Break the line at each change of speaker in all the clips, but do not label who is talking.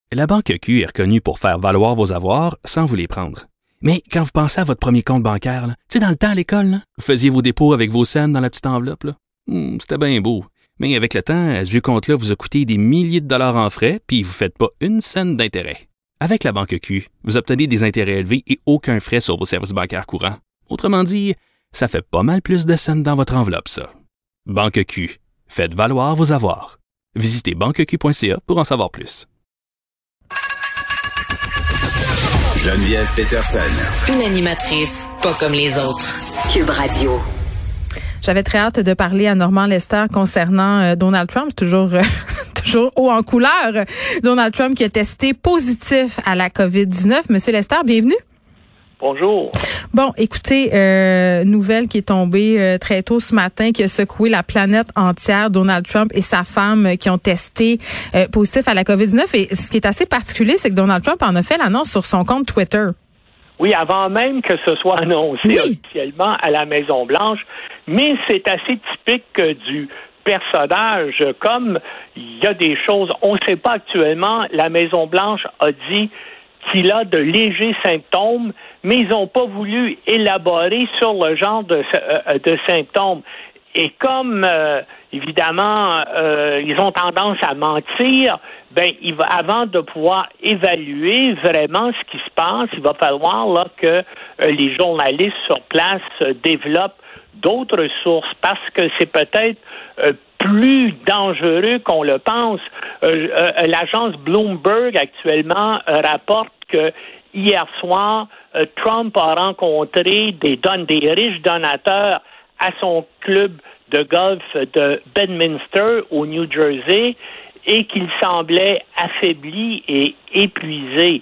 La Banque Q est reconnue pour faire valoir vos avoirs sans vous les prendre. Mais quand vous pensez à votre premier compte bancaire, tu sais, dans le temps à l'école, là, vous faisiez vos dépôts avec vos scènes dans la petite enveloppe. Là. C'était bien beau. Mais avec le temps, ce vieux compte-là vous a coûté des milliers de dollars en frais, puis vous ne faites pas une scène d'intérêt. Avec la Banque Q, vous obtenez des intérêts élevés et aucun frais sur vos services bancaires courants. Autrement dit, ça fait pas mal plus de scènes dans votre enveloppe, ça. Banque Q. Faites valoir vos avoirs. Visitez banqueq.ca pour en savoir plus.
Geneviève Peterson.
Une animatrice pas comme les autres. Cube Radio.
J'avais très hâte de parler à Normand Lester concernant Donald Trump, toujours haut en couleur. Donald Trump qui a testé positif à la COVID-19. Monsieur Lester, bienvenue.
Bonjour.
Bon, écoutez, nouvelle qui est tombée très tôt ce matin, qui a secoué la planète entière. Donald Trump et sa femme qui ont testé positif à la COVID-19. Et ce qui est assez particulier, c'est que Donald Trump en a fait l'annonce sur son compte Twitter.
Oui, avant même que ce soit annoncé officiellement à la Maison-Blanche. Mais c'est assez typique du personnage. Comme il y a des choses, on ne sait pas actuellement, la Maison-Blanche a dit qu'il a de légers symptômes, mais ils n'ont pas voulu élaborer sur le genre de symptômes. Et comme, évidemment, ils ont tendance à mentir, avant de pouvoir évaluer vraiment ce qui se passe, il va falloir là que les journalistes sur place développent d'autres sources, parce que c'est peut-être plus dangereux qu'on le pense. L'agence Bloomberg actuellement rapporte que hier soir, Trump a rencontré des riches donateurs à son club de golf de Bedminster au New Jersey et qu'il semblait affaibli et épuisé.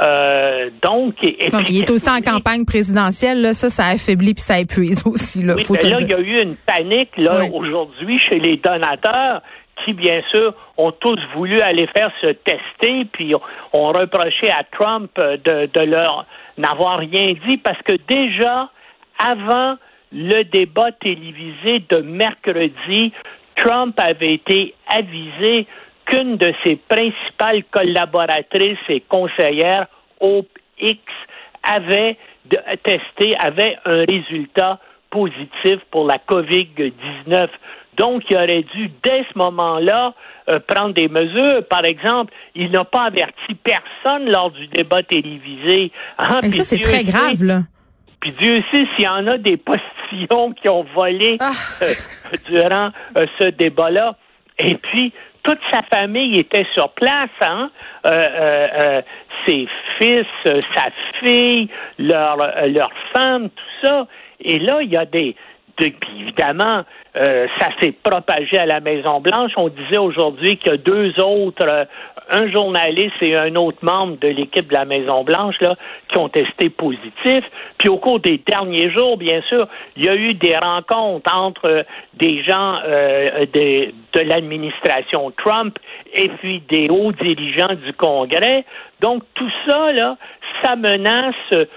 Il est aussi en campagne présidentielle, là, ça affaiblit puis ça épuise aussi. Là,
oui, mais là, il y a eu une panique aujourd'hui chez les donateurs qui, bien sûr, ont tous voulu aller faire se tester, puis ont reproché à Trump de leur n'avoir rien dit, parce que déjà, avant le débat télévisé de mercredi, Trump avait été avisé qu'une de ses principales collaboratrices et conseillères, Hope Hicks, avait un résultat positif pour la COVID-19. Donc, il aurait dû, dès ce moment-là, prendre des mesures. Par exemple, il n'a pas averti personne lors du débat télévisé.
Et ça, c'est très grave, là.
Puis Dieu sait s'il y en a des postillons qui ont volé durant ce débat-là. Et puis, toute sa famille était sur place, ses fils, sa fille, leur femme, tout ça. Et là, il y a puis évidemment, ça s'est propagé à la Maison-Blanche. On disait aujourd'hui qu'il y a deux autres, un journaliste et un autre membre de l'équipe de la Maison-Blanche, là, qui ont testé positif. Puis au cours des derniers jours, bien sûr, il y a eu des rencontres entre des gens de l'administration Trump et puis des hauts dirigeants du Congrès. Donc tout ça, là, ça menace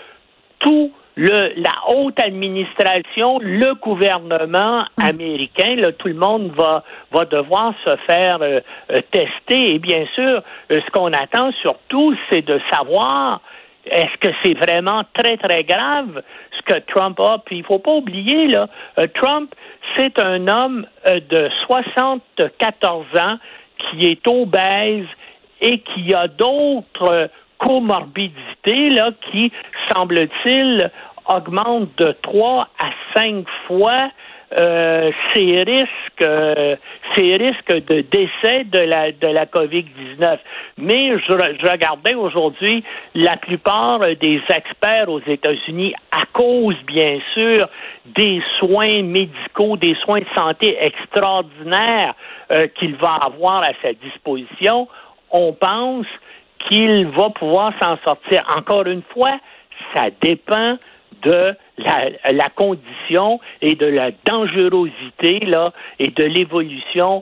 la haute administration, le gouvernement américain, là, tout le monde va devoir se faire tester. Et bien sûr, ce qu'on attend surtout, c'est de savoir est-ce que c'est vraiment très, très grave ce que Trump a. Puis il faut pas oublier, là, Trump, c'est un homme de 74 ans qui est obèse et qui a d'autres comorbidités là, qui, semble-t-il, augmentent de 3 à 5 fois ces risques de décès de la COVID-19. Mais je regardais aujourd'hui, la plupart des experts aux États-Unis, à cause, bien sûr, des soins médicaux, des soins de santé extraordinaires qu'il va avoir à sa disposition, on pense qu'il va pouvoir s'en sortir. Encore une fois, ça dépend de la condition et de la dangerosité là et de l'évolution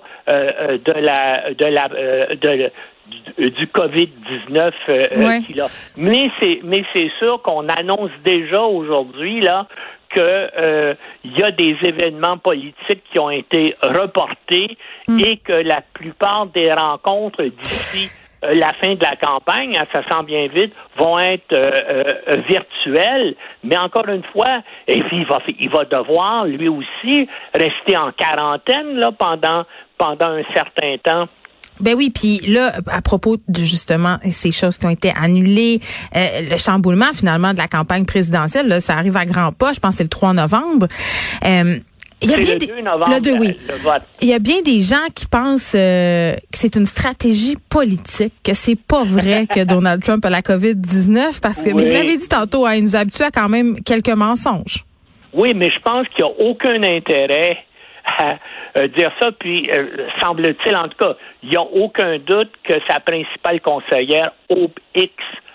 du COVID-19 qu'il a. Mais c'est sûr qu'on annonce déjà aujourd'hui là que il y a des événements politiques qui ont été reportés et que la plupart des rencontres d'ici la fin de la campagne, ça sent bien vite, vont être virtuelles. Mais encore une fois, et puis il va devoir, lui aussi, rester en quarantaine là, pendant un certain temps.
Ben oui, puis là, à propos de justement ces choses qui ont été annulées, le chamboulement finalement de la campagne présidentielle, là, ça arrive à grands pas, je pense que c'est le 3 novembre. Il y a bien
2 novembre,
le 2, oui.
Le vote.
Il y a bien des gens qui pensent que c'est une stratégie politique, que c'est pas vrai que Donald Trump a la COVID-19, parce que, mais vous l'avez dit tantôt, il nous habitue à quand même quelques mensonges.
Oui, mais je pense qu'il n'y a aucun intérêt à dire ça, puis semble-t-il, en tout cas, il n'y a aucun doute que sa principale conseillère, Hope Hicks,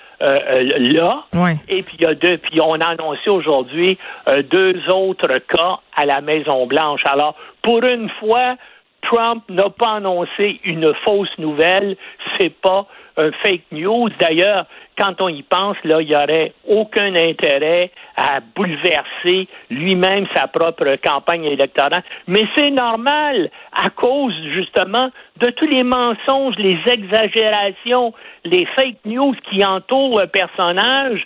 là.
Ouais.
Et puis puis on a annoncé aujourd'hui 2 autres cas à la Maison-Blanche. Alors, pour une fois, Trump n'a pas annoncé une fausse nouvelle, c'est pas fake news. D'ailleurs, quand on y pense, là, il n'y aurait aucun intérêt à bouleverser lui-même sa propre campagne électorale. Mais c'est normal, à cause, justement, de tous les mensonges, les exagérations, les fake news qui entourent le personnage.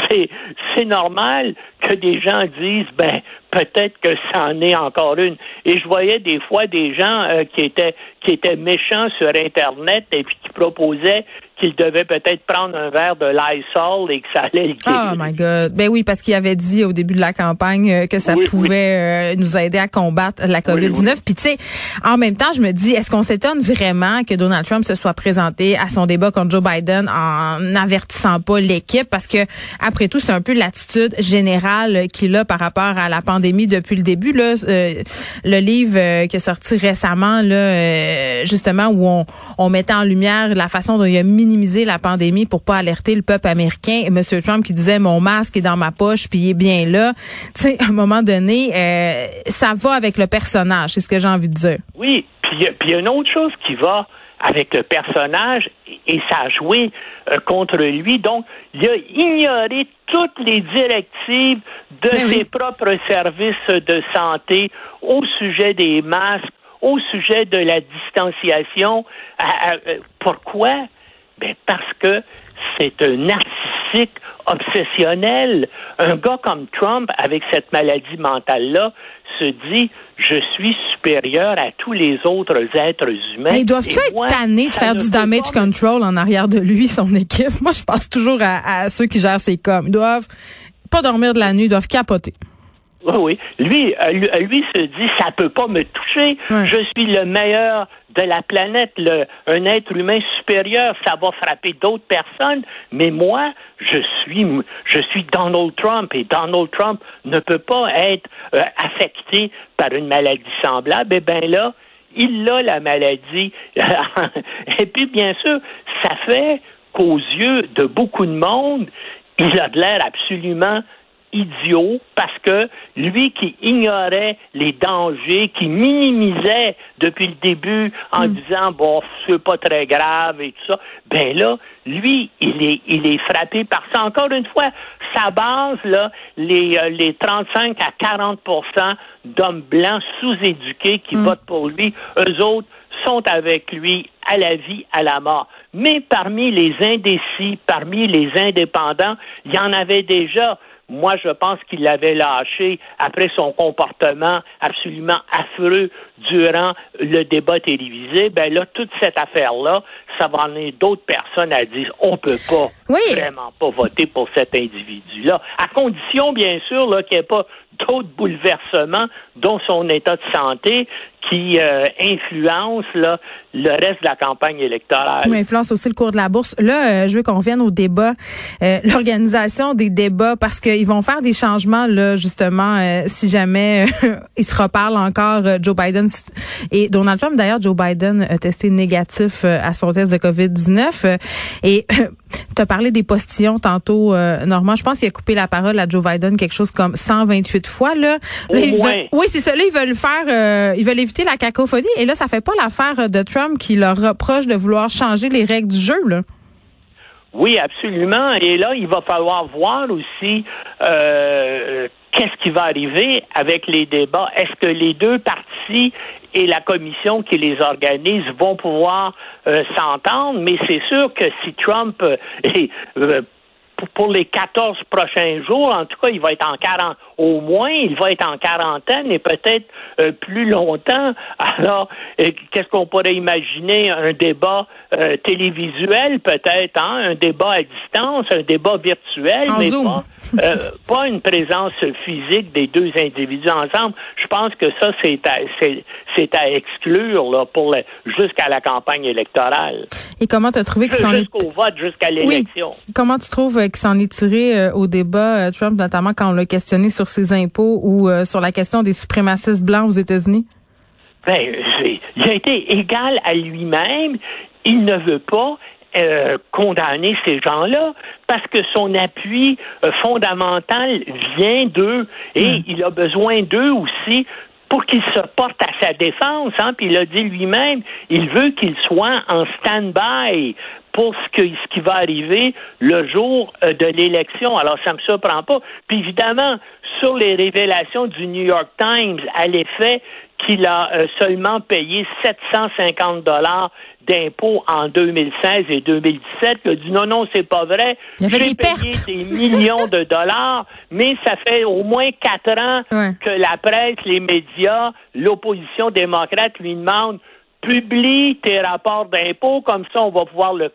C'est normal que des gens disent, peut-être que ça en est encore une. Et je voyais des fois des gens qui étaient méchants sur Internet et puis qui proposaient qu'il devait peut-être prendre un verre de Lysol et que ça allait le guérir.
Oh my God. Ben oui, parce qu'il avait dit au début de la campagne que ça pouvait nous aider à combattre la COVID-19. Puis tu sais, en même temps, je me dis, est-ce qu'on s'étonne vraiment que Donald Trump se soit présenté à son débat contre Joe Biden en n'avertissant pas l'équipe? Parce que, après tout, c'est un peu l'attitude générale qu'il a par rapport à la pandémie depuis le début. Là, le livre qui est sorti récemment, là, justement, où on mettait en lumière la façon dont il a minimisé la pandémie pour pas alerter le peuple américain. Et M. Trump qui disait, mon masque est dans ma poche, puis il est bien là. Tu sais, à un moment donné, ça va avec le personnage, c'est ce que j'ai envie de dire.
Oui, puis il y a une autre chose qui va avec le personnage, et ça a joué contre lui. Donc, il a ignoré toutes les directives de ses propres services de santé au sujet des masques, au sujet de la distanciation. Pourquoi? Parce que c'est un narcissique obsessionnel. Un gars comme Trump, avec cette maladie mentale-là, se dit « je suis supérieur à tous les autres êtres humains ».
Ils doivent-tu être tannés de faire du damage control en arrière de lui, son équipe? Moi, je pense toujours à ceux qui gèrent ses coms. Ils doivent pas dormir de la nuit, ils doivent capoter.
Oui. Lui se dit, ça peut pas me toucher. Ouais. Je suis le meilleur de la planète, un être humain supérieur. Ça va frapper d'autres personnes, mais moi, je suis Donald Trump, et Donald Trump ne peut pas être affecté par une maladie semblable. Eh bien là, il a la maladie. Et puis, bien sûr, ça fait qu'aux yeux de beaucoup de monde, il a de l'air absolument idiot, parce que lui qui ignorait les dangers, qui minimisait depuis le début en disant c'est pas très grave et tout ça, là, lui, il est frappé par ça. Encore une fois, sa base, là, les 35 à 40% d'hommes blancs sous-éduqués qui votent pour lui, eux autres sont avec lui à la vie, à la mort. Mais parmi les indécis, parmi les indépendants, il y en avait déjà. Moi, je pense qu'il l'avait lâché après son comportement absolument affreux durant le débat télévisé. Là, toute cette affaire-là, ça va amener d'autres personnes à dire on peut pas vraiment pas voter pour cet individu-là. À condition, bien sûr, là, qu'il n'y ait pas d'autres bouleversements, dont son état de santé, qui influence là, le reste de la campagne électorale.
Oui, influence aussi le cours de la bourse. Là, je veux qu'on revienne au débat, l'organisation des débats, parce qu'ils vont faire des changements, là, justement, si jamais ils se reparlent encore, Joe Biden et Donald Trump. D'ailleurs, Joe Biden a testé négatif à son test de COVID-19. Et tu as parlé des postillons tantôt, Normand. Je pense qu'il a coupé la parole à Joe Biden quelque chose comme 128 fois. Là, oui, c'est ça. Là, ils veulent faire, ils veulent éviter la cacophonie. Et là, ça fait pas l'affaire de Trump qui leur reproche de vouloir changer les règles du jeu, là.
Oui, absolument. Et là, il va falloir voir aussi qu'est-ce qui va arriver avec les débats. Est-ce que les deux partis et la commission qui les organise vont pouvoir s'entendre, mais c'est sûr que si Trump pour les 14 prochains jours, en tout cas, il va être au moins, il va être en quarantaine et peut-être plus longtemps. Alors, qu'est-ce qu'on pourrait imaginer? Un débat télévisuel, peut-être, un débat à distance, un débat virtuel, mais pas une présence physique des deux individus ensemble. Je pense que ça, c'est à exclure là, jusqu'à la campagne électorale.
Et comment tu as trouvé
jusqu'au vote, jusqu'à l'élection.
Oui. Comment tu trouves qu'il s'en est tiré au débat, Trump, notamment quand on l'a questionné sur ses impôts ou sur la question des suprémacistes blancs aux États-Unis?
Il a été égal à lui-même. Il ne veut pas condamner ces gens-là parce que son appui fondamental vient d'eux et il a besoin d'eux aussi pour qu'il se porte à sa défense. Puis il a dit lui-même, il veut qu'il soit en stand-by pour ce qui va arriver le jour de l'élection. Alors, ça me surprend pas. Puis évidemment, sur les révélations du New York Times à l'effet qu'il a seulement payé 750 $ d'impôts en 2016 et 2017. Il a dit non, c'est pas vrai.
J'ai payé
des millions de dollars, mais ça fait au moins 4 ans que la presse, les médias, l'opposition démocrate lui demandent publie tes rapports d'impôts, comme ça on va pouvoir le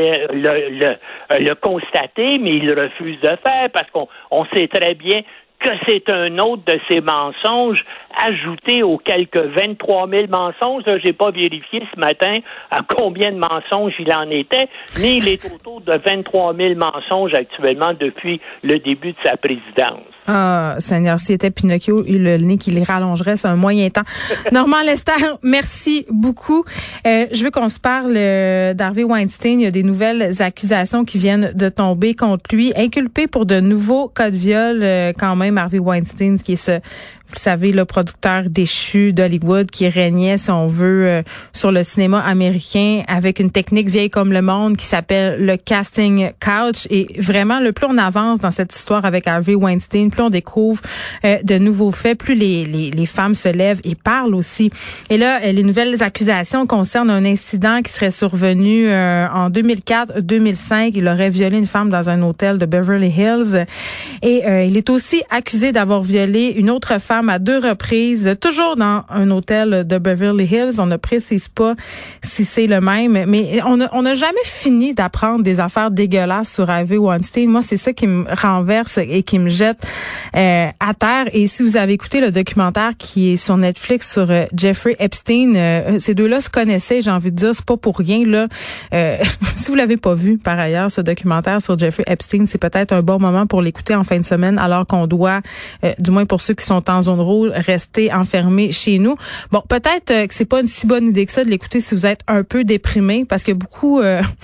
constater, mais il refuse de faire parce qu'on sait très bien que c'est un autre de ces mensonges ajouté aux quelques 23 000 mensonges. Là, j'ai pas vérifié ce matin à combien de mensonges il en était, mais il est autour de 23 000 mensonges actuellement depuis le début de sa présidence.
Ah, Seigneur, s'il était Pinocchio, le nez qui les rallongerait, c'est un moyen temps. Normand Lester, merci beaucoup. Je veux qu'on se parle d'Harvey Weinstein. Il y a des nouvelles accusations qui viennent de tomber contre lui, inculpé pour de nouveaux cas de viol quand même, Harvey Weinstein, qui est vous le savez, le producteur déchu d'Hollywood qui régnait, si on veut, sur le cinéma américain avec une technique vieille comme le monde qui s'appelle le casting couch. Et vraiment, le plus on avance dans cette histoire avec Harvey Weinstein, plus on découvre de nouveaux faits, plus les femmes se lèvent et parlent aussi. Et là, les nouvelles accusations concernent un incident qui serait survenu en 2004-2005. Il aurait violé une femme dans un hôtel de Beverly Hills. Et il est aussi accusé d'avoir violé une autre femme à 2 reprises, toujours dans un hôtel de Beverly Hills. On ne précise pas si c'est le même, mais on n'a jamais fini d'apprendre des affaires dégueulasses sur Harvey Weinstein. Moi, c'est ça qui me renverse et qui me jette à terre. Et si vous avez écouté le documentaire qui est sur Netflix sur Jeffrey Epstein, ces deux-là se connaissaient, j'ai envie de dire, c'est pas pour rien là. Si vous l'avez pas vu par ailleurs, ce documentaire sur Jeffrey Epstein, c'est peut-être un bon moment pour l'écouter en fin de semaine, alors qu'on doit, du moins pour ceux qui sont en zone rouge, rester enfermés chez nous. Bon, peut-être que c'est pas une si bonne idée que ça de l'écouter si vous êtes un peu déprimé, parce que beaucoup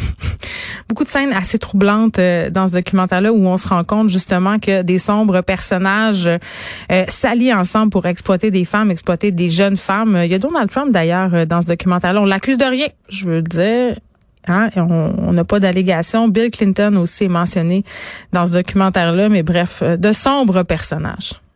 de scènes assez troublantes dans ce documentaire-là où on se rend compte justement que des sombres personnages s'allient ensemble pour exploiter des femmes, exploiter des jeunes femmes. Il y a Donald Trump d'ailleurs dans ce documentaire-là. On l'accuse de rien, je veux dire. On n'a pas d'allégation. Bill Clinton aussi est mentionné dans ce documentaire-là, mais bref, de sombres personnages.